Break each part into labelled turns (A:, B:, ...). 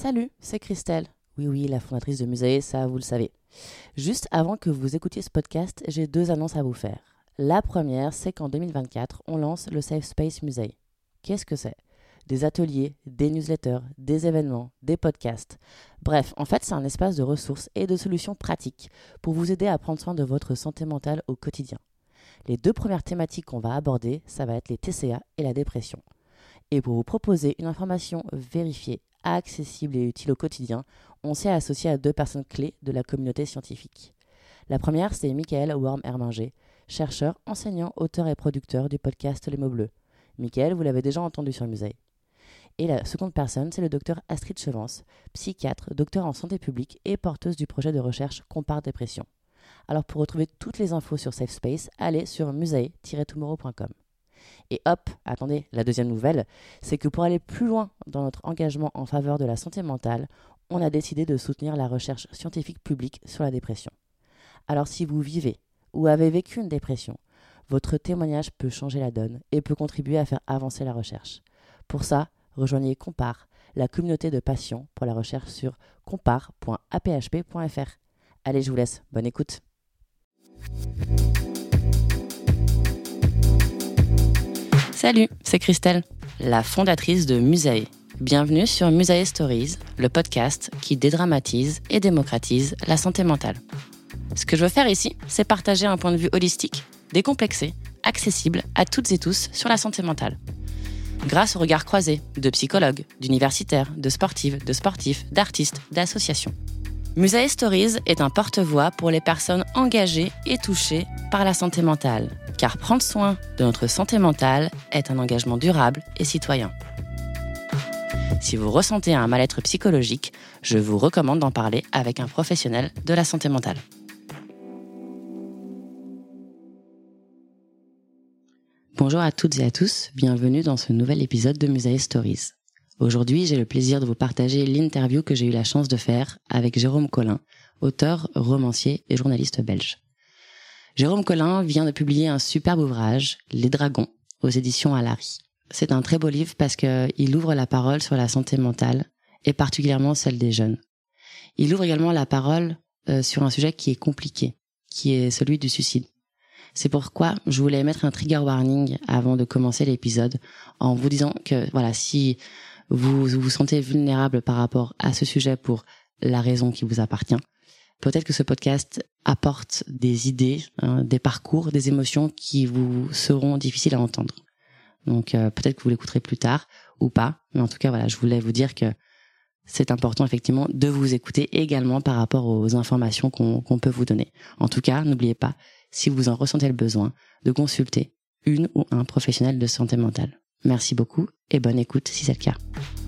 A: Salut, c'est Christelle. Oui, la fondatrice de Musae, ça vous le savez. Juste avant que vous écoutiez ce podcast, j'ai 2 annonces à vous faire. La première, c'est qu'en 2024, on lance le Safe Space Musae. Qu'est-ce que c'est ? Des ateliers, des newsletters, des événements, des podcasts. Bref, en fait, c'est un espace de ressources et de solutions pratiques pour vous aider à prendre soin de votre santé mentale au quotidien. Les 2 premières thématiques qu'on va aborder, ça va être les TCA et la dépression. Et pour vous proposer une information vérifiée, accessible et utile au quotidien, on s'est associé à 2 personnes clés de la communauté scientifique. La première, c'est Michael Worm-Herminger, chercheur, enseignant, auteur et producteur du podcast Les mots bleus. Michael, vous l'avez déjà entendu sur Musae. Et la seconde personne, c'est le docteur Astrid Chevance, psychiatre, docteur en santé publique et porteuse du projet de recherche Compare Dépression. Alors pour retrouver toutes les infos sur Safe Space, allez sur musae-tomorrow.com. Et hop, attendez, la deuxième nouvelle, c'est que pour aller plus loin dans notre engagement en faveur de la santé mentale, on a décidé de soutenir la recherche scientifique publique sur la dépression. Alors si vous vivez ou avez vécu une dépression, votre témoignage peut changer la donne et peut contribuer à faire avancer la recherche. Pour ça, rejoignez Compare, la communauté de patients pour la recherche sur compare.aphp.fr. Allez, je vous laisse, bonne écoute. Salut, c'est Christelle, la fondatrice de Musae. Bienvenue sur Musae Stories, le podcast qui dédramatise et démocratise la santé mentale. Ce que je veux faire ici, c'est partager un point de vue holistique, décomplexé, accessible à toutes et tous sur la santé mentale. Grâce au regard croisé de psychologues, d'universitaires, de sportives, de sportifs, d'artistes, d'associations. Musae Stories est un porte-voix pour les personnes engagées et touchées par la santé mentale, car prendre soin de notre santé mentale est un engagement durable et citoyen. Si vous ressentez un mal-être psychologique, je vous recommande d'en parler avec un professionnel de la santé mentale. Bonjour à toutes et à tous, bienvenue dans ce nouvel épisode de Musae Stories. Aujourd'hui, j'ai le plaisir de vous partager l'interview que j'ai eu la chance de faire avec Jérôme Collin, auteur, romancier et journaliste belge. Jérôme Collin vient de publier un superbe ouvrage, Les Dragons, aux éditions Alary. C'est un très beau livre parce qu'il ouvre la parole sur la santé mentale et particulièrement celle des jeunes. Il ouvre également la parole sur un sujet qui est compliqué, qui est celui du suicide. C'est pourquoi je voulais mettre un trigger warning avant de commencer l'épisode en vous disant que voilà, si vous vous sentez vulnérable par rapport à ce sujet pour la raison qui vous appartient, peut-être que ce podcast apporte des idées, des parcours, des émotions qui vous seront difficiles à entendre. Donc peut-être que vous l'écouterez plus tard ou pas, mais en tout cas voilà, je voulais vous dire que c'est important effectivement de vous écouter également par rapport aux informations qu'on peut vous donner. En tout cas, n'oubliez pas, si vous en ressentez le besoin, de consulter une ou un professionnel de santé mentale. Merci beaucoup et bonne écoute si c'est le cas.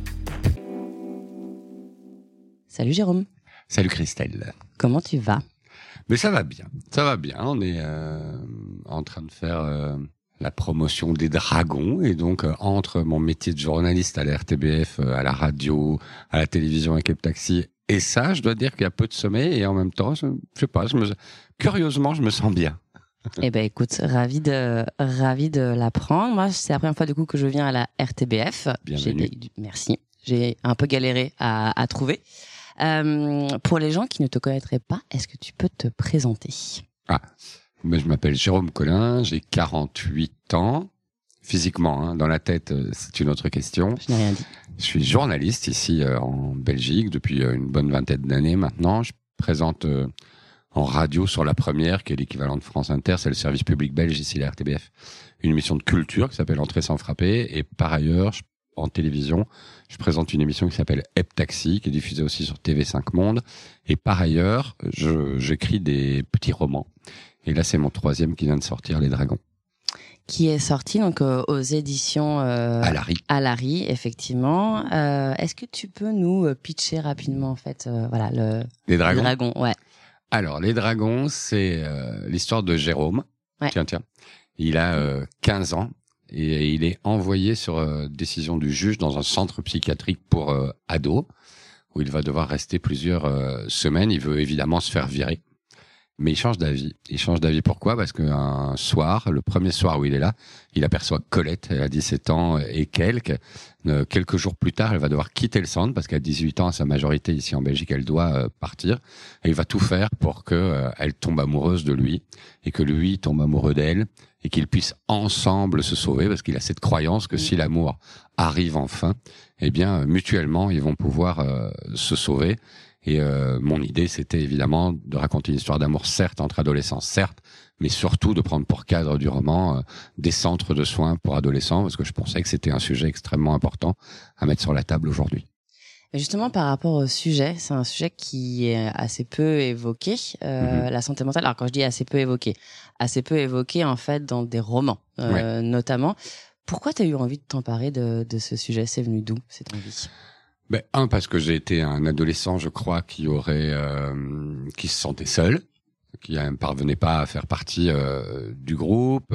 A: Salut Jérôme.
B: Salut Christelle.
A: Comment tu vas ?
B: Mais ça va bien. On est en train de faire la promotion des Dragons et donc entre mon métier de journaliste à la RTBF, à la radio, à la télévision avec Kep Taxi et ça, je dois dire qu'il y a peu de sommeil et en même temps, curieusement, je me sens bien.
A: Eh ben écoute, ravi de l'apprendre. Moi, c'est la première fois du coup que je viens à la RTBF.
B: Bienvenue.
A: Merci. J'ai un peu galéré à trouver. Pour les gens qui ne te connaîtraient pas, est-ce que tu peux te présenter ?
B: Mais je m'appelle Jérôme Collin, j'ai 48 ans. Physiquement, dans la tête, c'est une autre question.
A: Je n'ai rien dit.
B: Je suis journaliste ici en Belgique depuis une bonne vingtaine d'années maintenant. Je présente en radio sur La Première, qui est l'équivalent de France Inter, c'est le service public belge ici, la RTBF, une émission de culture qui s'appelle Entrée sans frapper. Et par ailleurs, en télévision, je présente une émission qui s'appelle Kep Taxi, qui est diffusée aussi sur TV5 Monde. Et par ailleurs, j'écris des petits romans. Et là, c'est mon 3e qui vient de sortir, Les Dragons.
A: Qui est sorti donc aux éditions Alary, effectivement. Est-ce que tu peux nous pitcher rapidement en fait,
B: Les Dragons.
A: Les Dragons, ouais.
B: Alors, Les Dragons, c'est l'histoire de Jérôme.
A: Ouais.
B: Tiens. Il a 15 ans et il est envoyé sur décision du juge dans un centre psychiatrique pour ados où il va devoir rester plusieurs semaines. Il veut évidemment se faire virer. Mais il change d'avis. Il change d'avis pourquoi ? Parce qu'un soir, le premier soir où il est là, il aperçoit Colette, elle a 17 ans et quelques. Quelques jours plus tard, elle va devoir quitter le centre parce qu'à 18 ans, à sa majorité ici en Belgique, elle doit partir. Et il va tout faire pour que elle tombe amoureuse de lui et que lui tombe amoureux d'elle et qu'ils puissent ensemble se sauver parce qu'il a cette croyance que si l'amour arrive enfin, eh bien, mutuellement, ils vont pouvoir se sauver. Et mon idée, c'était évidemment de raconter une histoire d'amour, certes, entre adolescents, certes, mais surtout de prendre pour cadre du roman des centres de soins pour adolescents, parce que je pensais que c'était un sujet extrêmement important à mettre sur la table aujourd'hui.
A: Et justement, par rapport au sujet, c'est un sujet qui est assez peu évoqué, la santé mentale. Alors, quand je dis assez peu évoqué en fait dans des romans, notamment. Pourquoi tu as eu envie de t'emparer de ce sujet ? C'est venu d'où, cette envie ?
B: Parce que j'ai été un adolescent, je crois, qui se sentait seul, qui ne parvenait pas à faire partie du groupe,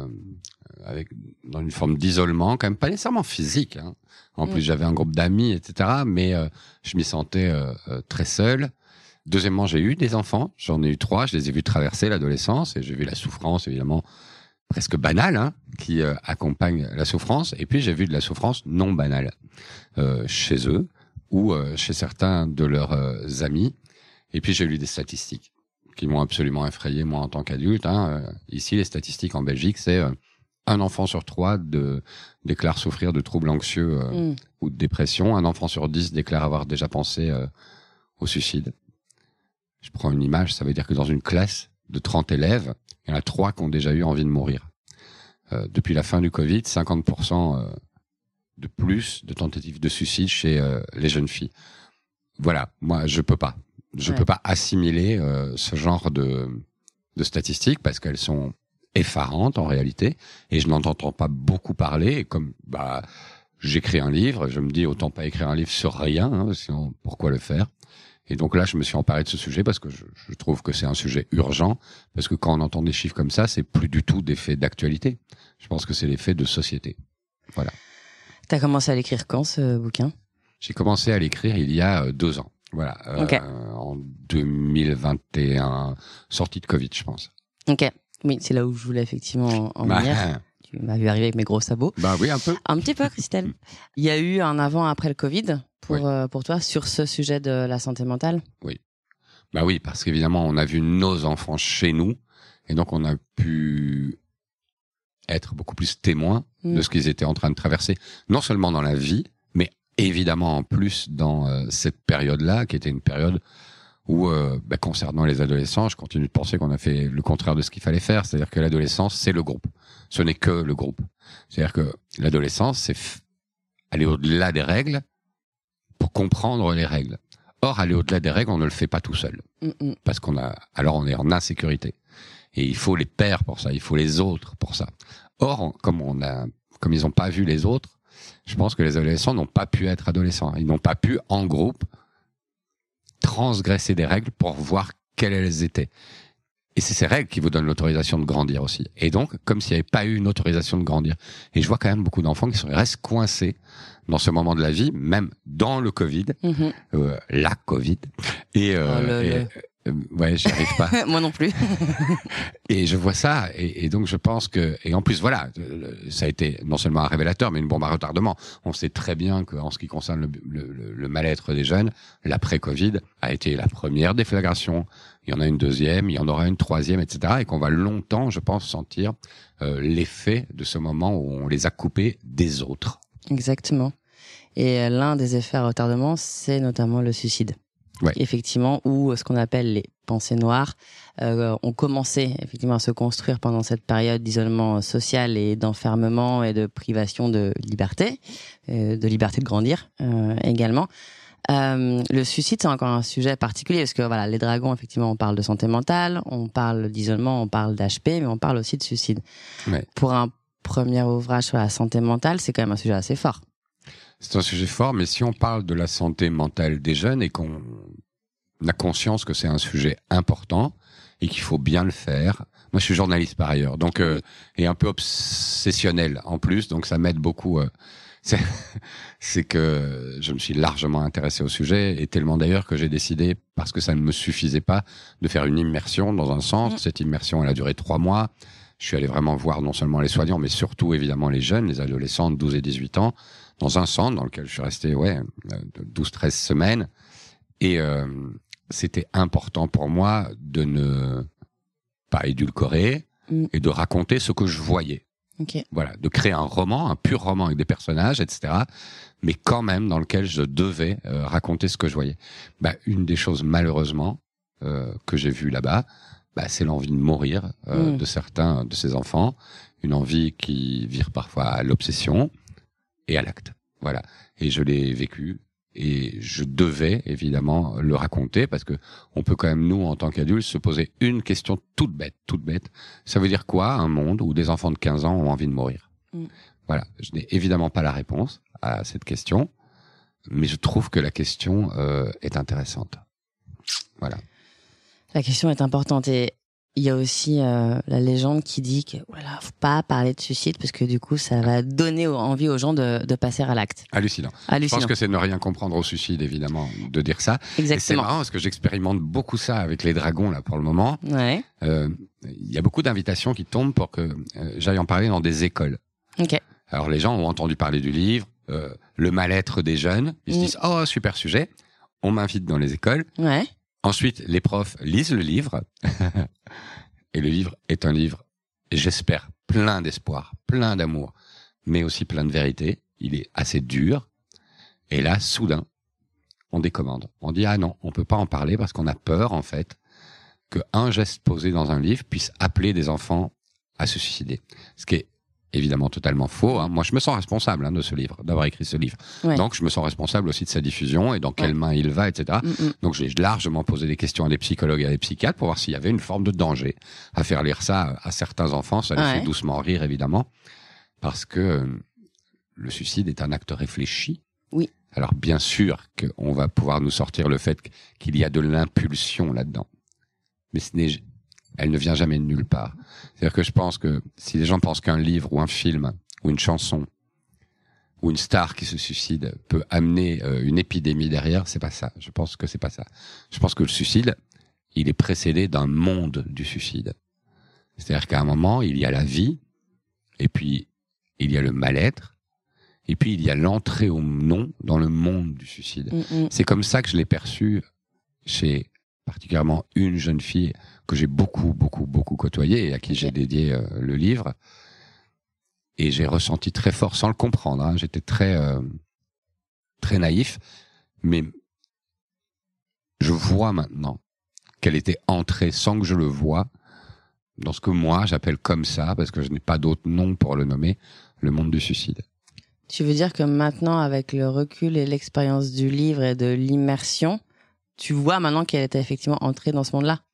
B: dans une forme d'isolement, quand même pas nécessairement physique. Hein. En plus, j'avais un groupe d'amis, etc. Mais je m'y sentais très seul. Deuxièmement, j'ai eu des enfants, j'en ai eu 3, je les ai vus traverser l'adolescence et j'ai vu la souffrance, évidemment, presque banale, qui accompagne la souffrance. Et puis, j'ai vu de la souffrance non banale chez eux ou chez certains de leurs amis. Et puis, j'ai lu des statistiques qui m'ont absolument effrayé, moi, en tant qu'adulte. Ici, les statistiques en Belgique, c'est un enfant sur 3 déclare souffrir de troubles anxieux ou de dépression. Un enfant sur 10 déclare avoir déjà pensé au suicide. Je prends une image, ça veut dire que dans une classe de 30 élèves, il y en a 3 qui ont déjà eu envie de mourir. Depuis la fin du Covid, 50% de plus de tentatives de suicide chez les jeunes filles. Voilà, moi je peux pas. Je peux pas assimiler ce genre de statistiques parce qu'elles sont effarantes en réalité et je n'en entends pas beaucoup parler. Et comme j'écris un livre, je me dis autant pas écrire un livre sur rien, sinon pourquoi le faire ? Et donc là, je me suis emparé de ce sujet parce que je trouve que c'est un sujet urgent, parce que quand on entend des chiffres comme ça, c'est plus du tout des faits d'actualité. Je pense que c'est des faits de société. Voilà.
A: T'as commencé à l'écrire quand, ce bouquin ?
B: J'ai commencé à l'écrire il y a 2 ans. Voilà. En 2021, sortie de Covid, je pense.
A: Ok. Oui, c'est là où je voulais effectivement en venir. Tu m'as vu arriver avec mes gros sabots.
B: Oui, un peu.
A: Un petit peu, Christelle. Il y a eu un avant après le Covid pour toi sur ce sujet de la santé mentale ?
B: Oui. Oui, parce qu'évidemment, on a vu nos enfants chez nous et donc on a pu être beaucoup plus témoins de ce qu'ils étaient en train de traverser. Non seulement dans la vie, mais évidemment en plus dans cette période-là, qui était une période où, concernant les adolescents, je continue de penser qu'on a fait le contraire de ce qu'il fallait faire. C'est-à-dire que l'adolescence, c'est le groupe. Ce n'est que le groupe. C'est-à-dire que l'adolescence, c'est aller au-delà des règles pour comprendre les règles. Or, aller au-delà des règles, on ne le fait pas tout seul. Parce alors on est en insécurité. Et il faut les pairs pour ça. Il faut les autres pour ça. Or, comme ils n'ont pas vu les autres, je pense que les adolescents n'ont pas pu être adolescents. Ils n'ont pas pu, en groupe, transgresser des règles pour voir quelles elles étaient. Et c'est ces règles qui vous donnent l'autorisation de grandir aussi. Et donc, comme s'il n'y avait pas eu une autorisation de grandir. Et je vois quand même beaucoup d'enfants qui restent coincés dans ce moment de la vie, même dans le Covid, la Covid. Et j'y arrive pas.
A: Moi non plus.
B: Et je vois ça, et donc je pense que, et en plus voilà, ça a été non seulement un révélateur, mais une bombe à retardement. On sait très bien qu'en ce qui concerne le mal-être des jeunes, l'après-Covid a été la première déflagration. Il y en a une deuxième, il y en aura une troisième, etc. Et qu'on va longtemps, je pense, sentir l'effet de ce moment où on les a coupés des autres.
A: Exactement. Et l'un des effets à retardement, c'est notamment le suicide.
B: Ouais.
A: Effectivement, où ce qu'on appelle les pensées noires ont commencé effectivement à se construire pendant cette période d'isolement social et d'enfermement et de privation de liberté de grandir également. Le suicide, c'est encore un sujet particulier parce que voilà, les dragons, effectivement, on parle de santé mentale, on parle d'isolement, on parle d'HP, mais on parle aussi de suicide.
B: Ouais.
A: Pour un premier ouvrage sur la santé mentale, c'est quand même un sujet assez fort.
B: C'est un sujet fort, mais si on parle de la santé mentale des jeunes et qu'on a conscience que c'est un sujet important et qu'il faut bien le faire. Moi, je suis journaliste par ailleurs, donc et un peu obsessionnel en plus, donc ça m'aide beaucoup c'est, c'est que je me suis largement intéressé au sujet, et tellement d'ailleurs que j'ai décidé, parce que ça ne me suffisait pas, de faire une immersion dans un centre. Cette immersion, elle a duré 3 mois. Je suis allé vraiment voir non seulement les soignants, mais surtout évidemment les jeunes, les adolescents de 12 et 18 ans, dans un centre dans lequel je suis resté 12-13 semaines. Et c'était important pour moi de ne pas édulcorer et de raconter ce que je voyais.
A: Okay.
B: Voilà, de créer un roman, un pur roman avec des personnages, etc. Mais quand même dans lequel je devais raconter ce que je voyais. Une des choses malheureusement que j'ai vues là-bas, c'est l'envie de mourir de certains de ces enfants, une envie qui vire parfois à l'obsession et à l'acte. Voilà, et je l'ai vécu. Et je devais évidemment le raconter, parce que on peut quand même, nous, en tant qu'adultes, se poser une question toute bête. Ça veut dire quoi, un monde où des enfants de 15 ans ont envie de mourir? Voilà. Je n'ai évidemment pas la réponse à cette question, mais je trouve que la question est intéressante. Voilà.
A: La question est importante, et il y a aussi la légende qui dit que voilà, faut pas parler de suicide parce que du coup ça va donner envie aux gens de passer à l'acte.
B: Hallucinant. Je pense que c'est ne rien comprendre au suicide, évidemment, de dire ça.
A: Exactement.
B: Et c'est marrant parce que j'expérimente beaucoup ça avec les dragons là pour le moment.
A: Ouais.
B: Il y a beaucoup d'invitations qui tombent pour que j'aille en parler dans des écoles.
A: Ok.
B: Alors les gens ont entendu parler du livre, le mal-être des jeunes. Ils se disent oh super sujet. On m'invite dans les écoles.
A: Ouais.
B: Ensuite, les profs lisent le livre. Et le livre est un livre, j'espère, plein d'espoir, plein d'amour, mais aussi plein de vérité. Il est assez dur. Et là, soudain, on décommande. On dit, ah non, on peut pas en parler parce qu'on a peur, en fait, qu'un geste posé dans un livre puisse appeler des enfants à se suicider. Ce qui est évidemment totalement faux. Hein. Moi, je me sens responsable de ce livre, d'avoir écrit ce livre. Ouais. Donc, je me sens responsable aussi de sa diffusion et dans quelles mains il va, etc. Donc, j'ai largement posé des questions à des psychologues et à des psychiatres pour voir s'il y avait une forme de danger à faire lire ça à certains enfants. Ça les fait doucement rire, évidemment, parce que le suicide est un acte réfléchi.
A: Oui.
B: Alors, bien sûr qu'on va pouvoir nous sortir le fait qu'il y a de l'impulsion là-dedans. Mais elle ne vient jamais de nulle part. C'est-à-dire que je pense que si les gens pensent qu'un livre ou un film ou une chanson ou une star qui se suicide peut amener une épidémie derrière, c'est pas ça. Je pense que c'est pas ça. Je pense que le suicide, il est précédé d'un monde du suicide. C'est-à-dire qu'à un moment, il y a la vie, et puis il y a le mal-être, et puis il y a l'entrée au non dans le monde du suicide. C'est comme ça que je l'ai perçu chez particulièrement une jeune fille que j'ai beaucoup côtoyée et à qui j'ai dédié le livre. Et j'ai ressenti très fort, sans le comprendre, hein, j'étais très naïf, mais je vois maintenant qu'elle était entrée sans que je le voie dans ce que moi j'appelle comme ça, parce que je n'ai pas d'autre nom pour le nommer, le monde du suicide.
A: Tu veux dire que maintenant, avec le recul et l'expérience du livre et de l'immersion, tu vois maintenant qu'elle était effectivement entrée dans ce monde-là?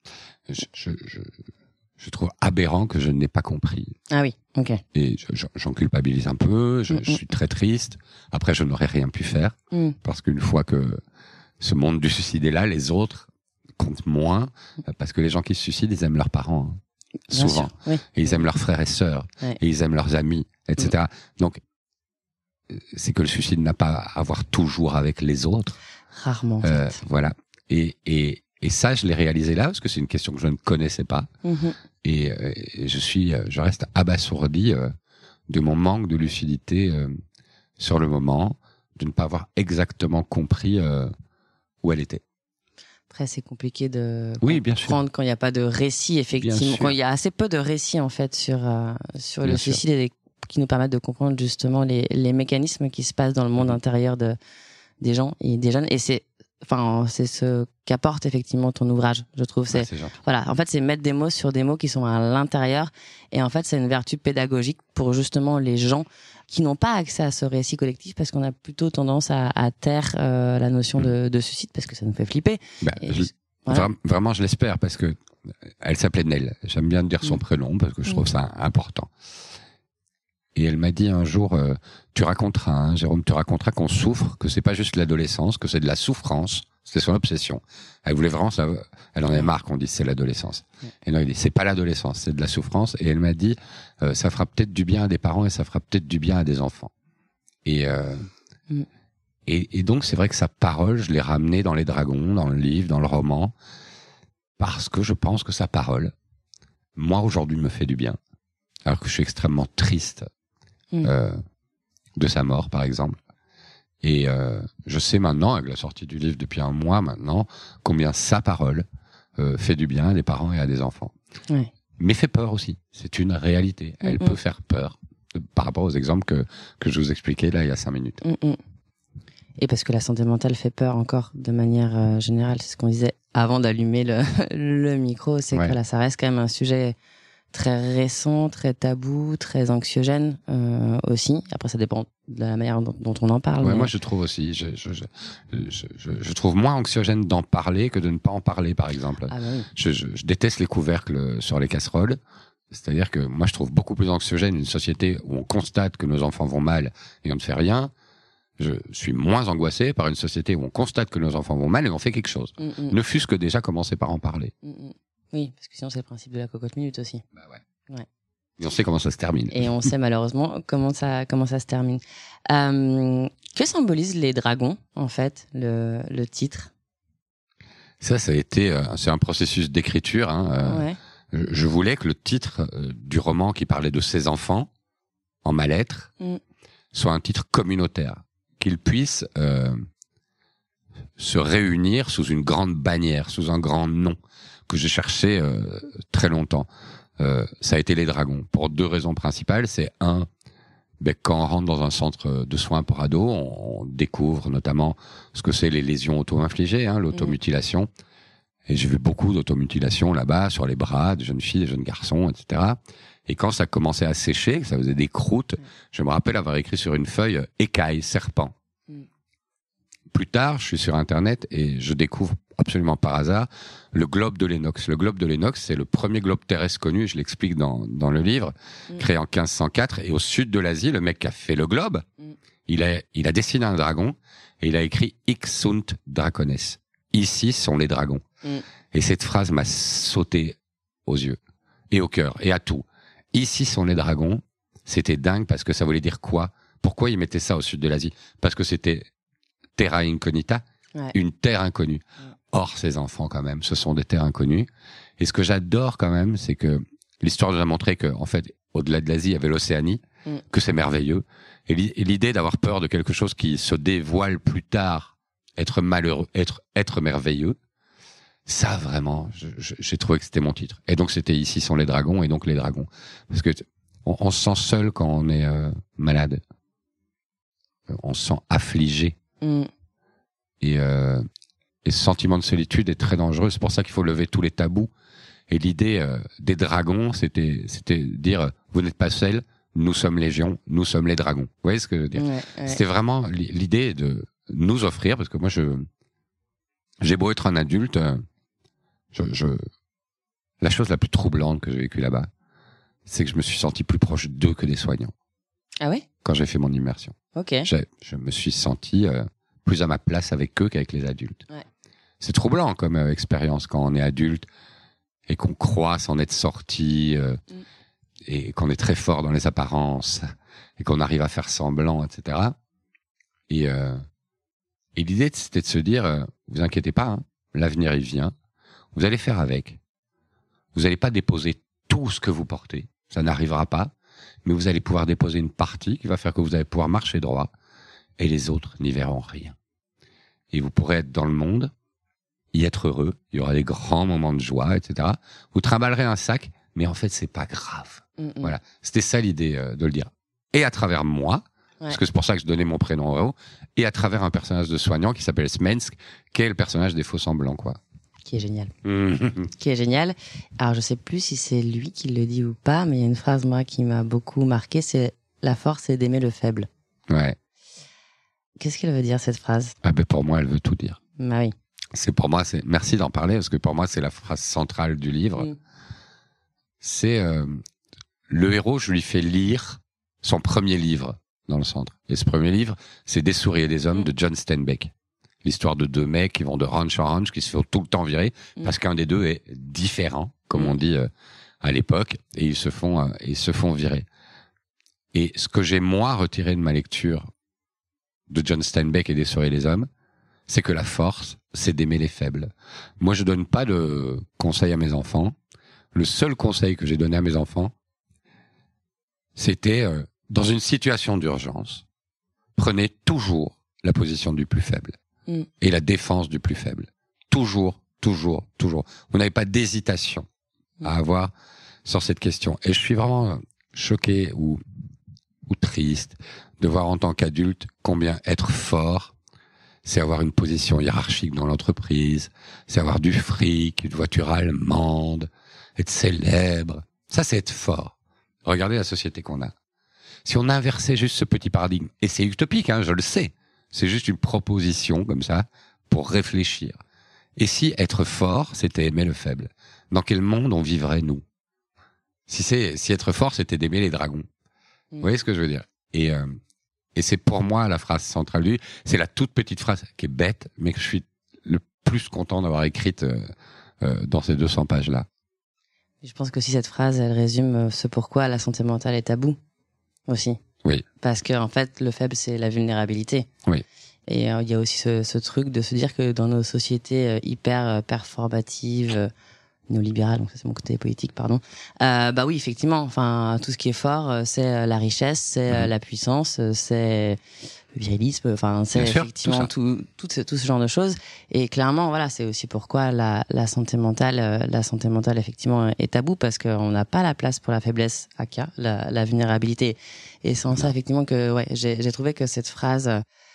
B: Je trouve aberrant que je n'ai pas compris.
A: Ah oui, ok.
B: Et j'en culpabilise un peu, je suis très triste. Après, je n'aurais rien pu faire, parce qu'une fois que ce monde du suicide est là, les autres comptent moins, parce que les gens qui se suicident, ils aiment leurs parents, hein, souvent.
A: Sûr, oui.
B: Et ils aiment leurs frères et sœurs, et ils aiment leurs amis, etc. Donc, c'est que le suicide n'a pas à voir toujours avec les autres.
A: Rarement, en fait.
B: Voilà. Et ça, je l'ai réalisé là, parce que c'est une question que je ne connaissais pas. Et je reste abasourdi de mon manque de lucidité sur le moment, de ne pas avoir exactement compris où elle était.
A: Après, c'est compliqué de
B: comprendre
A: quand il n'y a pas de récit, effectivement. Quand il y a assez peu de récits, en fait, sur le suicide, et qui nous permettent de comprendre justement les mécanismes qui se passent dans le monde intérieur des gens et des jeunes. Et c'est ce qu'apporte effectivement ton ouvrage, je trouve. C'est voilà, en fait, c'est mettre des mots sur des mots qui sont à l'intérieur, et en fait, c'est une vertu pédagogique pour justement les gens qui n'ont pas accès à ce récit collectif, parce qu'on a plutôt tendance à taire la notion de suicide parce que ça nous fait flipper.
B: Vraiment, je l'espère, parce que elle s'appelait Nell. J'aime bien dire son prénom parce que je trouve ça important. Et elle m'a dit un jour, tu raconteras, hein, Jérôme, tu raconteras qu'on souffre, que c'est pas juste l'adolescence, que c'est de la souffrance. C'était son obsession. Elle voulait vraiment ça. Elle en avait marre qu'on dise c'est l'adolescence. Et non, il dit c'est pas l'adolescence, c'est de la souffrance. Et elle m'a dit, ça fera peut-être du bien à des parents et ça fera peut-être du bien à des enfants. Et, et donc, c'est vrai que sa parole, je l'ai ramenée dans Les Dragons, dans le livre, dans le roman, parce que je pense que sa parole, moi, aujourd'hui, me fait du bien. Alors que je suis extrêmement triste de sa mort, par exemple. Et je sais maintenant, avec la sortie du livre depuis un mois maintenant, combien sa parole fait du bien à des parents et à des enfants.
A: Ouais.
B: Mais fait peur aussi. C'est une réalité. Elle peut faire peur par rapport aux exemples que je vous expliquais là il y a 5 minutes.
A: Et parce que la santé mentale fait peur encore de manière générale. C'est ce qu'on disait avant d'allumer le micro. C'est que là, ça reste quand même un sujet très récent, très tabou, très anxiogène aussi. Après, ça dépend de la manière dont on en parle.
B: Ouais,
A: mais...
B: Moi, je trouve aussi. Je trouve moins anxiogène d'en parler que de ne pas en parler, par exemple.
A: Ah, bah oui.
B: Je déteste les couvercles sur les casseroles. C'est-à-dire que moi, je trouve beaucoup plus anxiogène une société où on constate que nos enfants vont mal et on ne fait rien. Je suis moins angoissé par une société où on constate que nos enfants vont mal et on fait quelque chose. Ne fût-ce que déjà commencer par en parler.
A: Oui, parce que sinon, c'est le principe de la cocotte minute aussi.
B: Bah ouais. Et on sait comment ça se termine.
A: Et on sait malheureusement comment ça se termine. Que symbolisent les dragons, en fait, le titre?
B: Ça a été, c'est un processus d'écriture.
A: Ouais.
B: Je voulais que le titre du roman qui parlait de ses enfants, en ma lettre, soit un titre communautaire, qu'il puisse se réunir sous une grande bannière, sous un grand nom que j'ai cherché très longtemps. Ça a été les dragons, pour 2 raisons principales. C'est quand on rentre dans un centre de soins pour ados, on découvre notamment ce que c'est les lésions auto-infligées, l'automutilation. Et j'ai vu beaucoup d'automutilations là-bas, sur les bras de jeunes filles, de jeunes garçons, etc. Et quand ça commençait à sécher, que ça faisait des croûtes, je me rappelle avoir écrit sur une feuille « écaille, serpent ». Plus tard, je suis sur Internet et je découvre absolument par hasard le globe de Lennox. Le globe de Lennox, c'est le premier globe terrestre connu, je l'explique dans le livre, créé en 1504. Et au sud de l'Asie, le mec qui a fait le globe, il a dessiné un dragon et il a écrit « Hic sunt dracones ». Ici sont les dragons. Et cette phrase m'a sauté aux yeux et au cœur et à tout. Ici sont les dragons. C'était dingue parce que ça voulait dire quoi? Pourquoi ils mettaient ça au sud de l'Asie? Parce que c'était terra incognita, une terre inconnue. Or, ces enfants, quand même, ce sont des terres inconnues. Et ce que j'adore, quand même, c'est que l'histoire nous a montré que, en fait, au-delà de l'Asie, il y avait l'Océanie, que c'est merveilleux. Et l'idée d'avoir peur de quelque chose qui se dévoile plus tard, être malheureux, être merveilleux, ça, vraiment, j'ai trouvé que c'était mon titre. Et donc, c'était Ici sont les dragons, et donc les dragons. Parce que on se sent seul quand on est malade. On se sent affligé. Et ce sentiment de solitude est très dangereux. C'est pour ça qu'il faut lever tous les tabous. Et l'idée des dragons, c'était dire, vous n'êtes pas seul, nous sommes légion, nous sommes les dragons. Vous voyez ce que je veux dire? C'était vraiment l'idée de nous offrir, parce que moi, j'ai beau être un adulte, la chose la plus troublante que j'ai vécue là-bas, c'est que je me suis senti plus proche d'eux que des soignants.
A: Ah ouais?
B: Quand j'ai fait mon immersion.
A: Ok.
B: Je me suis senti plus à ma place avec eux qu'avec les adultes.
A: Ouais.
B: C'est troublant comme expérience quand on est adulte et qu'on croit s'en être sorti et qu'on est très fort dans les apparences et qu'on arrive à faire semblant, etc. Et l'idée, c'était de se dire, vous inquiétez pas, l'avenir il vient, vous allez faire avec. Vous n'allez pas déposer tout ce que vous portez, ça n'arrivera pas, mais vous allez pouvoir déposer une partie qui va faire que vous allez pouvoir marcher droit et les autres n'y verront rien. Et vous pourrez être dans le monde, y être heureux, il y aura des grands moments de joie, etc. Vous trimballerez un sac, mais en fait, c'est pas grave. Voilà. C'était ça l'idée de le dire. Et à travers moi, parce que c'est pour ça que je donnais mon prénom au héros, et à travers un personnage de soignant qui s'appelle Smensk, qui est le personnage des faux-semblants, quoi.
A: Qui est génial. Qui est génial. Alors, je sais plus si c'est lui qui le dit ou pas, mais il y a une phrase, moi, qui m'a beaucoup marqué, c'est « La force est d'aimer le faible ».
B: Ouais.
A: Qu'est-ce qu'elle veut dire, cette phrase?
B: Ah ben pour moi, elle veut tout dire.
A: Bah oui.
B: Merci d'en parler, parce que pour moi, c'est la phrase centrale du livre. C'est le héros, je lui fais lire son premier livre dans le centre. Et ce premier livre, c'est Des souris et des hommes de John Steinbeck. L'histoire de 2 mecs qui vont de ranch en ranch, qui se font tout le temps virer, parce qu'un des 2 est différent, comme on dit à l'époque, et ils se font virer. Et ce que j'ai, moi, retiré de ma lecture de John Steinbeck et des Souris et les hommes, c'est que la force, c'est d'aimer les faibles. Moi, je donne pas de conseils à mes enfants. Le seul conseil que j'ai donné à mes enfants, c'était dans une situation d'urgence, prenez toujours la position du plus faible et la défense du plus faible. Toujours, toujours, toujours. Vous n'avez pas d'hésitation à avoir sur cette question. Et je suis vraiment choqué ou triste de voir en tant qu'adulte combien être fort, c'est avoir une position hiérarchique dans l'entreprise, c'est avoir du fric, une voiture allemande, être célèbre. Ça, c'est être fort. Regardez la société qu'on a. Si on inversait juste ce petit paradigme, et c'est utopique, hein, je le sais, c'est juste une proposition comme ça pour réfléchir. Et si être fort, c'était aimer le faible, dans quel monde on vivrait, nous? Si être fort, c'était d'aimer les dragons. Vous voyez ce que je veux dire? Et c'est pour moi la phrase centrale du livre. C'est la toute petite phrase qui est bête, mais que je suis le plus content d'avoir écrite dans ces 200 pages-là.
A: Je pense que si cette phrase, elle résume ce pourquoi la santé mentale est tabou aussi.
B: Oui.
A: Parce que en fait, le faible, c'est la vulnérabilité.
B: Oui.
A: Et il y a aussi ce truc de se dire que dans nos sociétés hyper performatives, néolibérales, donc ça c'est mon côté politique, pardon. Bah oui, effectivement. Enfin, tout ce qui est fort, c'est la richesse, c'est la puissance, c'est le virilisme. Enfin, c'est effectivement tout ce genre de choses. Et clairement, voilà, c'est aussi pourquoi la santé mentale, effectivement, est tabou parce qu'on n'a pas la place pour la faiblesse, aka la vulnérabilité. Et c'est en ça effectivement que ouais, j'ai trouvé que cette phrase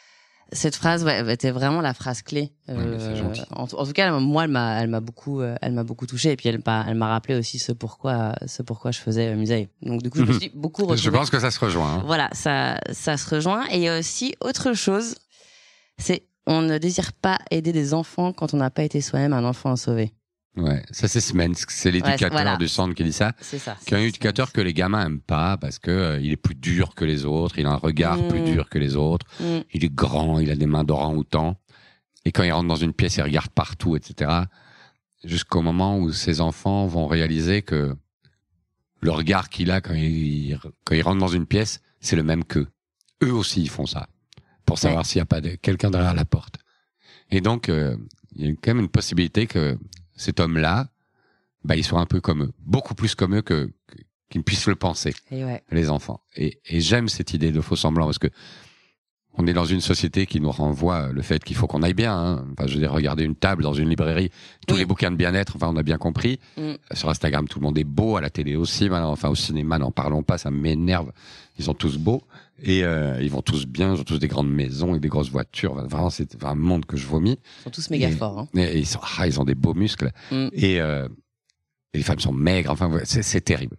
A: ouais, était vraiment la phrase clé.
B: C'est gentil.
A: En tout cas, moi, elle m'a beaucoup touchée. Et puis elle m'a rappelé aussi ce pourquoi je faisais musée. Donc du coup, je me suis beaucoup retrouvée.
B: Je pense que ça se rejoint. Hein.
A: Voilà, ça se rejoint. Et il y a aussi autre chose, c'est on ne désire pas aider des enfants quand on n'a pas été soi-même un enfant à sauver.
B: Ouais, ça c'est Smensk, c'est l'éducateur du centre qui dit ça.
A: C'est ça.
B: Qui est un éducateur que les gamins aiment pas parce que il est plus dur que les autres, il a un regard plus dur que les autres, il est grand, il a des mains d'orang-outan. Et quand il rentre dans une pièce, il regarde partout, etc. Jusqu'au moment où ses enfants vont réaliser que le regard qu'il a quand il rentre dans une pièce, c'est le même qu'eux. Eux aussi, ils font ça pour savoir s'il n'y a pas quelqu'un derrière la porte. Et donc, il y a quand même une possibilité que cet homme-là, bah, il soit un peu comme eux, beaucoup plus comme eux qu'ils ne puissent le penser, les enfants. Et j'aime cette idée de faux semblant parce que on est dans une société qui nous renvoie le fait qu'il faut qu'on aille bien. Hein. Enfin, je veux dire, regarder une table dans une librairie, tous les bouquins de bien-être, enfin, on a bien compris. Sur Instagram, tout le monde est beau, à la télé aussi, maintenant. Enfin, au cinéma, n'en parlons pas, ça m'énerve. Ils sont tous beaux et ils vont tous bien, ils ont tous des grandes maisons et des grosses voitures. Vraiment, c'est un monde que je vomis.
A: Ils sont tous méga forts. Hein.
B: Et ils ont des beaux muscles. Et les femmes sont maigres. Enfin, c'est terrible.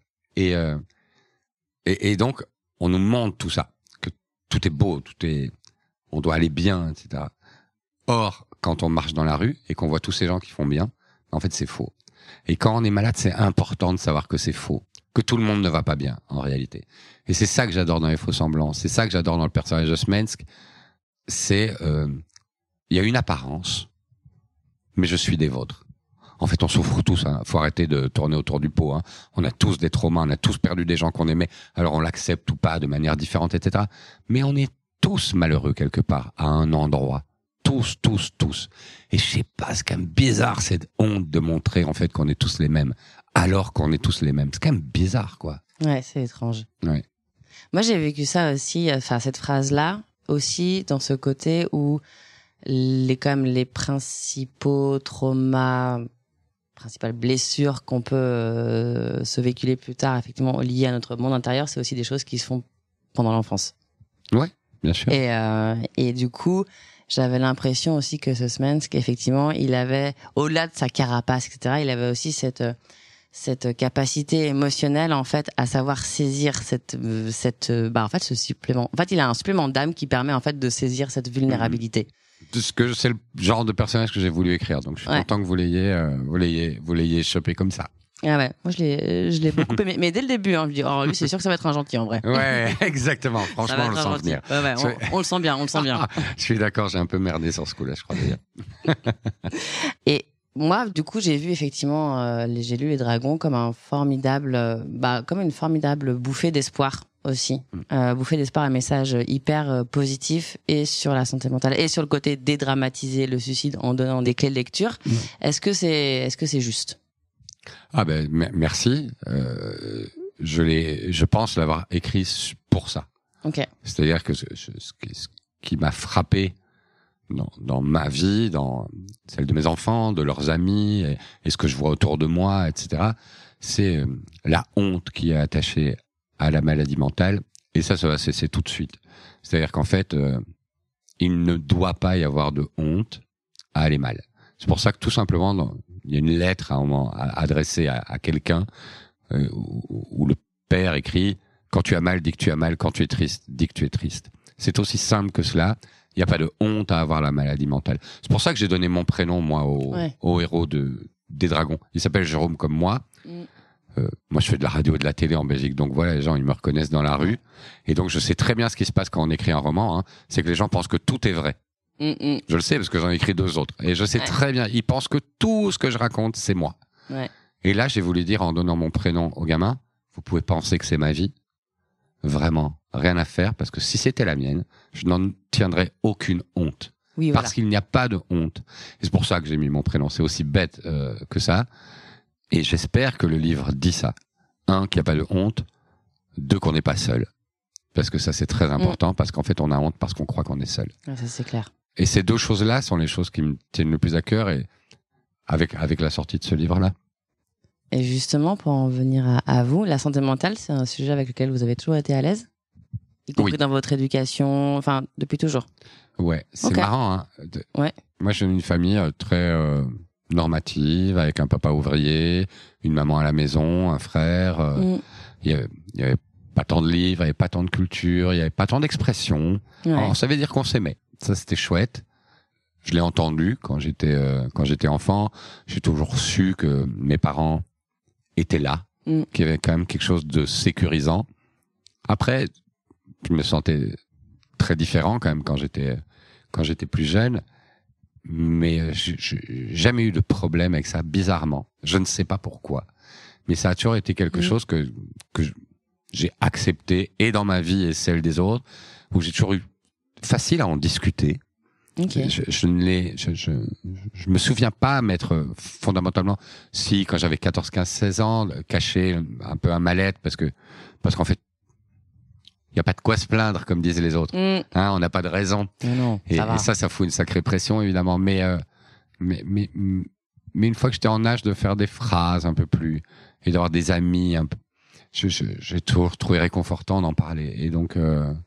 B: Et donc, on nous montre tout ça. Tout est beau, on doit aller bien, etc. Or, quand on marche dans la rue et qu'on voit tous ces gens qui font bien, en fait, c'est faux. Et quand on est malade, c'est important de savoir que c'est faux, que tout le monde ne va pas bien, en réalité. Et c'est ça que j'adore dans les faux semblants, c'est ça que j'adore dans le personnage de Smensk, c'est, il y a une apparence, mais je suis des vôtres. En fait, on souffre tous. Hein. Faut arrêter de tourner autour du pot. Hein. On a tous des traumas, on a tous perdu des gens qu'on aimait. Alors on l'accepte ou pas de manière différente, etc. Mais on est tous malheureux quelque part, à un endroit. Tous. Et je sais pas, c'est quand même bizarre cette honte de montrer en fait qu'on est tous les mêmes, alors qu'on est tous les mêmes. C'est quand même bizarre, quoi.
A: Ouais, c'est étrange.
B: Ouais.
A: Moi, j'ai vécu ça aussi, enfin cette phrase-là aussi dans ce côté où quand même les principaux traumas, principales blessures qu'on peut se véhiculer plus tard, effectivement liées à notre monde intérieur, c'est aussi des choses qui se font pendant l'enfance. Ouais,
B: bien sûr.
A: Et du coup, j'avais l'impression aussi que ce Smensk, effectivement, il avait, au-delà de sa carapace, etc., il avait aussi cette capacité émotionnelle, en fait, à savoir saisir en fait, ce supplément. En fait, il a un supplément d'âme qui permet, en fait, de saisir cette vulnérabilité.
B: C'est le genre de personnage que j'ai voulu écrire, donc je suis content que vous l'ayez chopé comme ça.
A: Ah ouais, moi je l'ai beaucoup aimé, mais dès le début, hein, je me dis, oh lui c'est sûr que ça va être un gentil en vrai.
B: Ouais, exactement. Franchement, on le sent venir.
A: Ouais, on le sent bien,
B: Je suis d'accord, j'ai un peu merdé sur ce coup-là, je crois d'ailleurs.
A: Et moi, du coup, j'ai vu effectivement j'ai lu Les Dragons comme comme une formidable bouffée d'espoir aussi. Vous faites des sports à message hyper positif et sur la santé mentale et sur le côté dédramatiser le suicide en donnant des clés de lecture. Est-ce que c'est juste?
B: Ah ben merci. Je pense l'avoir écrit pour ça.
A: Ok.
B: C'est-à-dire que ce qui m'a frappé dans ma vie, dans celle de mes enfants, de leurs amis, et ce que je vois autour de moi, etc., c'est la honte qui est attachée à la maladie mentale, et ça va cesser tout de suite. C'est-à-dire qu'en fait, il ne doit pas y avoir de honte à aller mal. C'est pour ça que tout simplement, il y a une lettre à un moment adressée à quelqu'un où le père écrit « Quand tu as mal, dis que tu as mal. Quand tu es triste, dis que tu es triste. » C'est aussi simple que cela. Il n'y a pas de honte à avoir la maladie mentale. C'est pour ça que j'ai donné mon prénom, moi, au héros des Dragons. Il s'appelle Jérôme comme moi. Moi, je fais de la radio et de la télé en Belgique. Donc voilà, les gens, ils me reconnaissent dans la rue. Et donc, je sais très bien ce qui se passe quand on écrit un roman. C'est que les gens pensent que tout est vrai. Je le sais parce que j'en ai écrit 2 autres. Et je sais très bien, ils pensent que tout ce que je raconte, c'est moi. Et là, j'ai voulu dire, en donnant mon prénom aux gamins, vous pouvez penser que c'est ma vie. Vraiment, rien à faire, parce que si c'était la mienne, je n'en tiendrais aucune honte.
A: Oui,
B: parce qu'il n'y a pas de honte. Et c'est pour ça que j'ai mis mon prénom. C'est aussi bête que ça. Et j'espère que le livre dit ça. 1, qu'il n'y a pas de honte. 2, qu'on n'est pas seul. Parce que ça, c'est très important, parce qu'en fait, on a honte parce qu'on croit qu'on est seul.
A: Ah, ça, c'est clair.
B: Et ces 2 choses-là sont les choses qui me tiennent le plus à cœur, et avec la sortie de ce livre-là.
A: Et justement, pour en venir à vous, la santé mentale, c'est un sujet avec lequel vous avez toujours été à l'aise, y compris dans votre éducation, enfin, depuis toujours.
B: Ouais, c'est marrant. Hein. Moi, j'ai une famille très normative, avec un papa ouvrier, une maman à la maison, un frère. Il y avait pas tant de livres, il y avait pas tant de culture, il y avait pas tant d'expressions. Ça veut dire qu'on s'aimait. Ça, c'était chouette. Je l'ai entendu quand j'étais enfant. J'ai toujours su que mes parents étaient là, qu'il y avait quand même quelque chose de sécurisant. Après, je me sentais très différent quand même quand j'étais plus jeune, mais j'ai jamais eu de problème avec ça, bizarrement. Je ne sais pas pourquoi, mais ça a toujours été quelque chose que j'ai accepté, et dans ma vie et celle des autres, où j'ai toujours eu facile à en discuter. Je me souviens pas m'être fondamentalement, si quand j'avais 14, 15, 16 ans, caché un peu un mal-être, parce qu'en fait, il y a pas de quoi se plaindre, comme disaient les autres. On n'a pas de raison.
A: Non,
B: et ça fout une sacrée pression, évidemment. Mais une fois que j'étais en âge de faire des phrases un peu plus, et d'avoir des amis un peu, j'ai toujours trouvé réconfortant d'en parler. Et donc,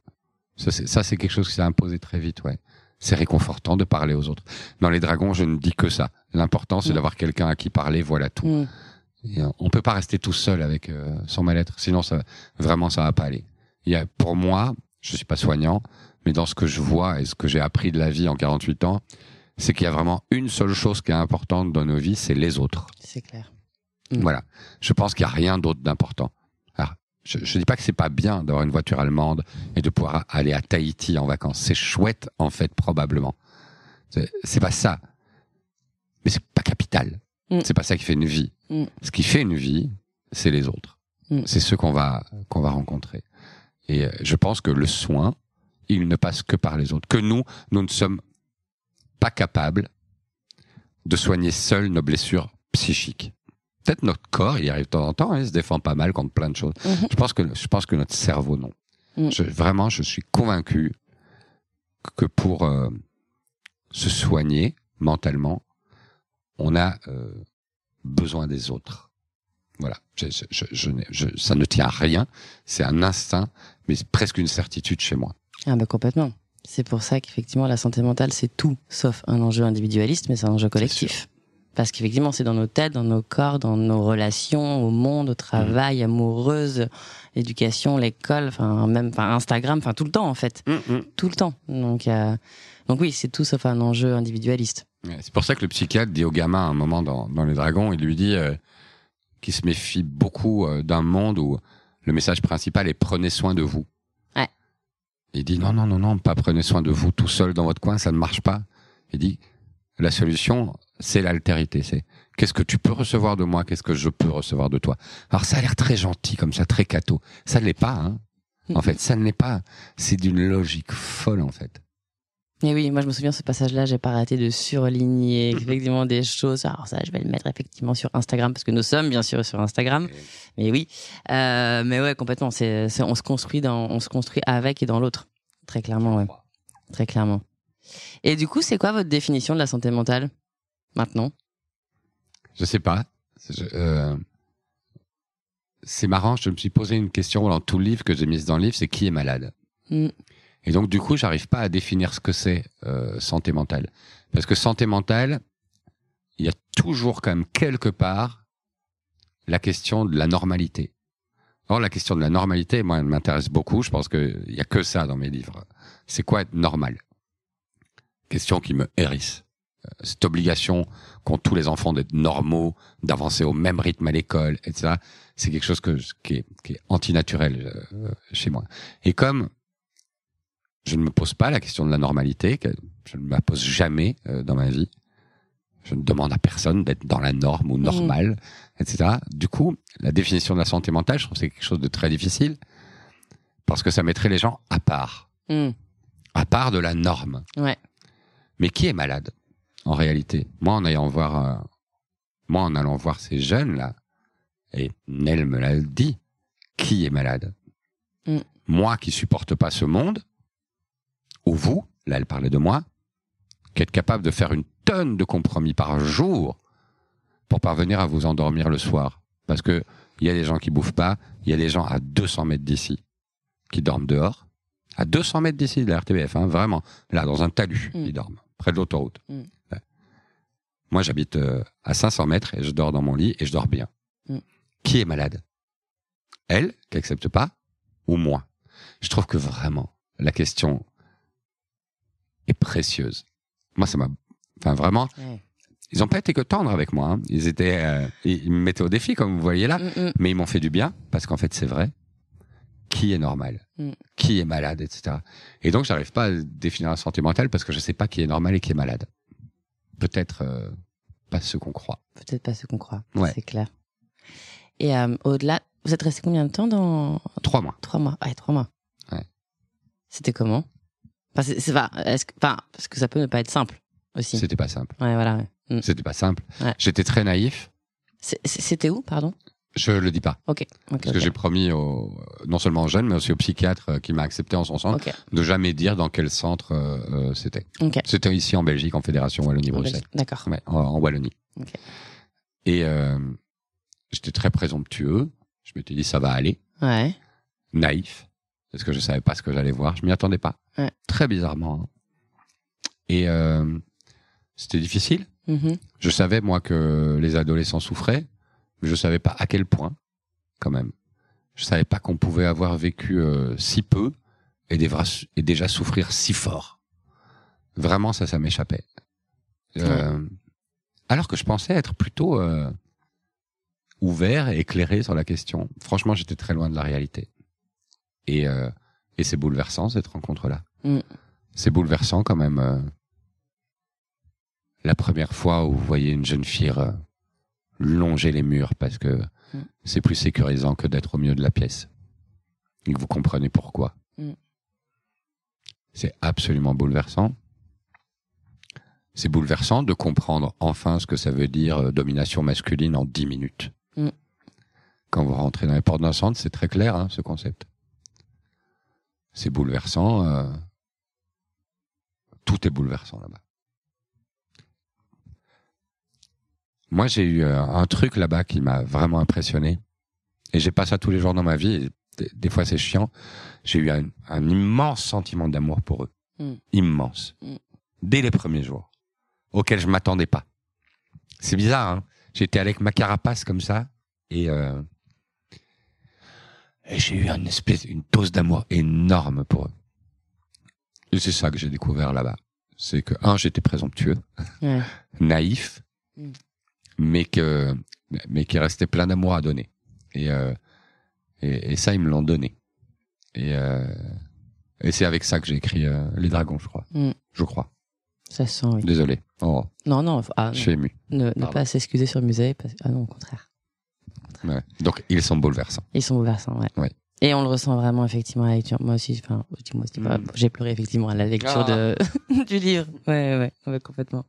B: ça c'est quelque chose qui s'est imposé très vite, ouais. C'est réconfortant de parler aux autres. Dans les Dragons, je ne dis que ça. L'important, c'est d'avoir quelqu'un à qui parler, voilà tout. Et, on peut pas rester tout seul avec son mal-être, sinon ça va pas aller. Pour moi, je suis pas soignant, mais dans ce que je vois et ce que j'ai appris de la vie en 48 ans, c'est qu'il y a vraiment une seule chose qui est importante dans nos vies, c'est les autres.
A: C'est clair.
B: Voilà. Je pense qu'il y a rien d'autre d'important. Alors, je dis pas que c'est pas bien d'avoir une voiture allemande et de pouvoir aller à Tahiti en vacances. C'est chouette, en fait, probablement. C'est pas ça. Mais c'est pas capital. C'est pas ça qui fait une vie. Ce qui fait une vie, c'est les autres. C'est ceux qu'on va rencontrer. Et je pense que le soin, il ne passe que par les autres. Que nous ne sommes pas capables de soigner seuls nos blessures psychiques. Peut-être notre corps, il y arrive de temps en temps, il se défend pas mal contre plein de choses. Je pense que notre cerveau, non. Je suis convaincu que pour se soigner mentalement, on a besoin des autres. Voilà. Ça ne tient à rien. C'est un instinct, mais c'est presque une certitude chez moi.
A: Ah bah complètement. C'est pour ça qu'effectivement, la santé mentale, c'est tout sauf un enjeu individualiste, mais c'est un enjeu collectif. Parce qu'effectivement, c'est dans nos têtes, dans nos corps, dans nos relations, au monde, au travail, amoureuse, l'éducation, l'école, même Instagram, tout le temps en fait. Tout le temps. Donc oui, c'est tout sauf un enjeu individualiste.
B: Ouais, c'est pour ça que le psychiatre dit au gamin à un moment dans Les Dragons, il lui dit qu'il se méfie beaucoup d'un monde où le message principal est prenez soin de vous.
A: Ouais.
B: Il dit non, pas prenez soin de vous tout seul dans votre coin, ça ne marche pas. Il dit la solution, c'est l'altérité. C'est qu'est-ce que tu peux recevoir de moi, qu'est-ce que je peux recevoir de toi. Alors ça a l'air très gentil comme ça, très catho. Ça ne l'est pas, hein. En fait, ça ne l'est pas. C'est d'une logique folle, en fait.
A: Et oui, moi je me souviens de ce passage-là, j'ai pas arrêté de surligner effectivement des choses. Alors ça, je vais le mettre effectivement sur Instagram parce que nous sommes bien sûr sur Instagram. Mais oui, mais ouais, complètement. On se construit avec et dans l'autre, très clairement, ouais, très clairement. Et du coup, c'est quoi votre définition de la santé mentale maintenant?
B: Je sais pas. C'est marrant. Je me suis posé une question dans tout le livre que j'ai mise dans le livre, c'est qui est malade. Et donc, du coup, j'arrive pas à définir ce que c'est santé mentale. Parce que santé mentale, il y a toujours quand même quelque part la question de la normalité. Or, la question de la normalité, moi, elle m'intéresse beaucoup. Je pense qu'il y a que ça dans mes livres. C'est quoi être normal? Question qui me hérisse. Cette obligation qu'ont tous les enfants d'être normaux, d'avancer au même rythme à l'école, etc. C'est quelque chose qui est antinaturel chez moi. Et comme je ne me pose pas la question de la normalité, je ne me la pose jamais dans ma vie. Je ne demande à personne d'être dans la norme ou normal, etc. Du coup, la définition de la santé mentale, je trouve que c'est quelque chose de très difficile parce que ça mettrait les gens à part de la norme.
A: Ouais.
B: Mais qui est malade en réalité? Moi, en allant voir ces jeunes là, et Nel me l'a dit, qui est malade? Moi qui supporte pas ce monde. Ou vous, là elle parlait de moi, qui êtes capable de faire une tonne de compromis par jour pour parvenir à vous endormir le soir. Parce que il y a des gens qui bouffent pas, il y a des gens à 200 mètres d'ici qui dorment dehors. À 200 mètres d'ici de la RTBF, hein, vraiment. Là, dans un talus, ils dorment, près de l'autoroute. Ouais. Moi, j'habite à 500 mètres et je dors dans mon lit et je dors bien. Qui est malade? Elle, qui accepte pas, ou moi? Je trouve que vraiment, la question est précieuse. Moi, ça m'a... Enfin, vraiment... Ils n'ont pas été que tendres avec moi. Hein. Ils me mettaient au défi, comme vous voyez là. Mais ils m'ont fait du bien, parce qu'en fait, c'est vrai. Qui est normal? Qui est malade, etc. Et donc, j'arrive pas à définir la santé mentale parce que je sais pas qui est normal et qui est malade. Peut-être pas ce qu'on croit.
A: Peut-être pas ce qu'on croit.
B: Ouais.
A: C'est clair. Et au-delà, vous êtes resté combien de temps dans...
B: 3 mois.
A: 3 mois. Ouais, 3 mois.
B: Ouais.
A: C'était comment? Enfin, parce que ça peut ne pas être simple aussi.
B: C'était pas simple.
A: Ouais, voilà. Ouais.
B: C'était pas simple.
A: Ouais.
B: J'étais très naïf.
A: C'était où, pardon?
B: Je le dis pas.
A: Ok.
B: Parce que j'ai promis non seulement aux jeunes, mais aussi au psychiatre qui m'a accepté en son centre, de jamais dire dans quel centre c'était. C'était ici en Belgique, en Fédération Wallonie-Bruxelles.
A: D'accord.
B: Ouais, en Wallonie. Et j'étais très présomptueux. Je m'étais dit, ça va aller.
A: Ouais.
B: Naïf. Parce que je savais pas ce que j'allais voir. Je m'y attendais pas.
A: Ouais.
B: Très bizarrement. Hein. Et c'était difficile. Je savais, moi, que les adolescents souffraient. Mais je savais pas à quel point, quand même. Je savais pas qu'on pouvait avoir vécu si peu et déjà souffrir si fort. Vraiment, ça m'échappait. Alors que je pensais être plutôt ouvert et éclairé sur la question. Franchement, j'étais très loin de la réalité. Et c'est bouleversant, cette rencontre-là. C'est bouleversant quand même. La première fois où vous voyez une jeune fille longer les murs parce que c'est plus sécurisant que d'être au milieu de la pièce. Et que vous comprenez pourquoi. C'est absolument bouleversant. C'est bouleversant de comprendre enfin ce que ça veut dire domination masculine en 10 minutes. Quand vous rentrez dans les portes d'un centre, c'est très clair, hein, ce concept. C'est bouleversant. Tout est bouleversant là-bas. Moi, j'ai eu un truc là-bas qui m'a vraiment impressionné. Et j'ai pas ça tous les jours dans ma vie. Et des fois, c'est chiant. J'ai eu un immense sentiment d'amour pour eux. Immense. Dès les premiers jours. Auquel je m'attendais pas. C'est bizarre, hein. J'étais avec ma carapace comme ça. Et j'ai eu une dose d'amour énorme pour eux. Et c'est ça que j'ai découvert là-bas. C'est que, j'étais présomptueux. Naïf. Mais qui restait plein d'amour à donner. Et ça, ils me l'ont donné. Et c'est avec ça que j'ai écrit Les Dragons, je crois. Je crois.
A: Ça sent, oui.
B: Désolé. Oh.
A: Non.
B: Je suis ému.
A: Ne pas s'excuser sur le musée. Ah non, au contraire.
B: Ouais. Donc, ils sont bouleversants.
A: Ils sont bouleversants, ouais. Et on le ressent vraiment effectivement à la lecture. Moi aussi, j'ai pleuré effectivement à la lecture du livre. Ouais, complètement.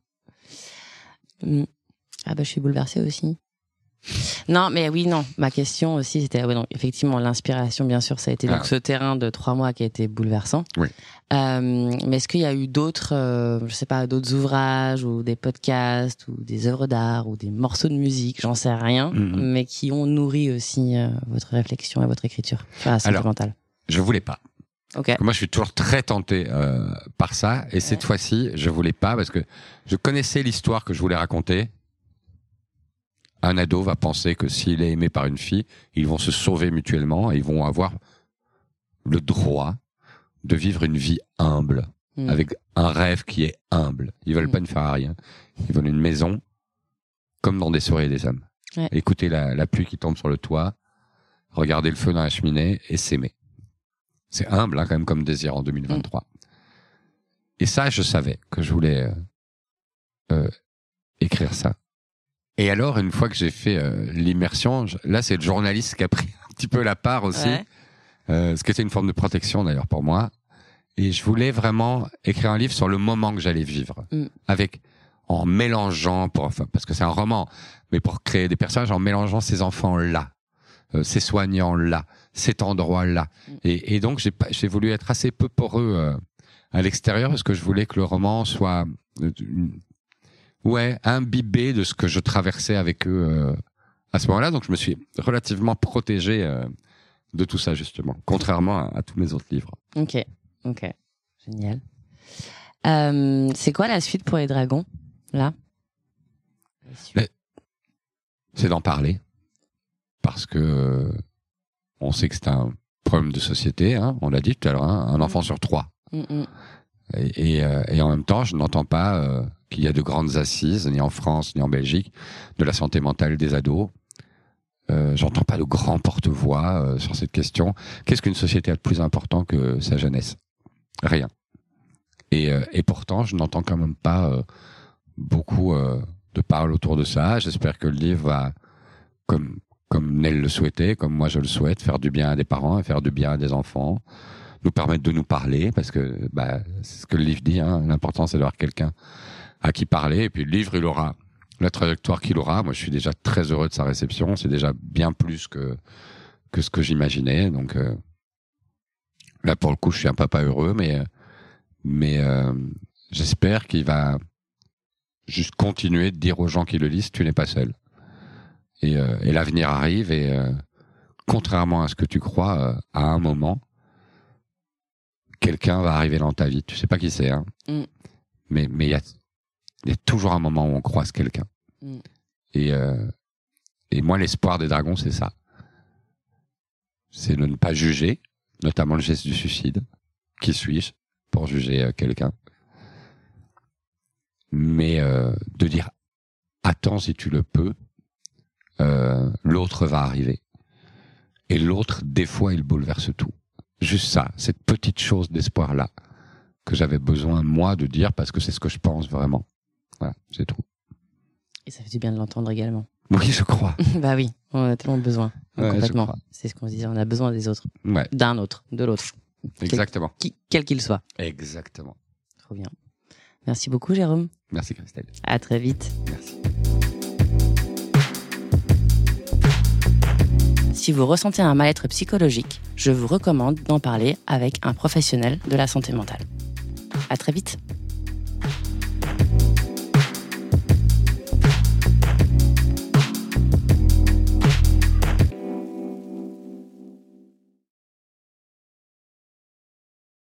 A: Ah bah je suis bouleversée aussi. Non, mais oui, non. Ma question aussi, c'était, donc, effectivement, l'inspiration, bien sûr, ça a été donc ce terrain de 3 mois qui a été bouleversant.
B: Oui.
A: Mais est-ce qu'il y a eu d'autres, je sais pas, d'autres ouvrages ou des podcasts ou des œuvres d'art ou des morceaux de musique, j'en sais rien, mais qui ont nourri aussi votre réflexion et votre écriture sur la santé mentale?
B: Je voulais pas.
A: Okay.
B: Moi, je suis toujours très tenté par ça, et cette fois-ci, je voulais pas parce que je connaissais l'histoire que je voulais raconter. Un ado va penser que s'il est aimé par une fille, ils vont se sauver mutuellement et ils vont avoir le droit de vivre une vie humble, avec un rêve qui est humble. Ils veulent pas une Ferrari, ils veulent une maison, comme dans Des souris et des hommes. Ouais. Écouter la pluie qui tombe sur le toit, regarder le feu dans la cheminée et s'aimer. C'est humble, quand même, comme désir en 2023. Et ça, je savais que je voulais écrire ça. Et alors, une fois que j'ai fait l'immersion, là, c'est le journaliste qui a pris un petit peu la part aussi, ce qui était une forme de protection d'ailleurs pour moi. Et je voulais vraiment écrire un livre sur le moment que j'allais vivre, en mélangeant, parce que c'est un roman, mais pour créer des personnages, en mélangeant ces enfants-là, ces soignants-là, cet endroit-là. Et donc, j'ai voulu être assez peu poreux à l'extérieur, parce que je voulais que le roman soit imbibé de ce que je traversais avec eux à ce moment-là. Donc, je me suis relativement protégé de tout ça, justement, contrairement à tous mes autres livres.
A: Ok. Génial. C'est quoi la suite pour les dragons, là?
B: C'est d'en parler. Parce que on sait que c'est un problème de société, on l'a dit tout à l'heure, un enfant sur 3. Et en même temps, je n'entends pas qu'il y a de grandes assises, ni en France, ni en Belgique, de la santé mentale des ados. J'entends pas de grands porte-voix sur cette question. Qu'est-ce qu'une société a de plus important que sa jeunesse? Rien. Et pourtant, je n'entends quand même pas beaucoup de paroles autour de ça. J'espère que le livre va, comme Nell le souhaitait, comme moi je le souhaite, faire du bien à des parents et faire du bien à des enfants, nous permettre de nous parler, parce que c'est ce que le livre dit, l'important c'est d'avoir quelqu'un à qui parler, et puis le livre il aura la trajectoire qu'il aura. Moi je suis déjà très heureux de sa réception, c'est déjà bien plus que ce que j'imaginais, donc là pour le coup je suis un papa heureux, mais j'espère qu'il va juste continuer de dire aux gens qui le lisent, tu n'es pas seul. Et l'avenir arrive, et contrairement à ce que tu crois, à un moment, quelqu'un va arriver dans ta vie. Tu sais pas qui c'est, mais il y a toujours un moment où on croise quelqu'un. Et moi, l'espoir des dragons, c'est ça. C'est de ne pas juger, notamment le geste du suicide. Qui suis-je pour juger quelqu'un? Mais de dire, attends si tu le peux, l'autre va arriver. Et l'autre, des fois, il bouleverse tout. Juste ça, cette petite chose d'espoir-là, que j'avais besoin, moi, de dire, parce que c'est ce que je pense vraiment. Voilà, c'est tout.
A: Et ça fait du bien de l'entendre également.
B: Oui, je crois.
A: Bah oui, on a tellement besoin. Complètement.
B: Je
A: c'est ce qu'on se disait, on a besoin des autres.
B: Ouais.
A: D'un autre, de l'autre.
B: Exactement.
A: Quel qu'il soit.
B: Exactement.
A: Trop bien. Merci beaucoup, Jérôme.
B: Merci, Christelle.
A: À très vite.
B: Merci.
A: Si vous ressentez un mal-être psychologique, je vous recommande d'en parler avec un professionnel de la santé mentale. À très vite.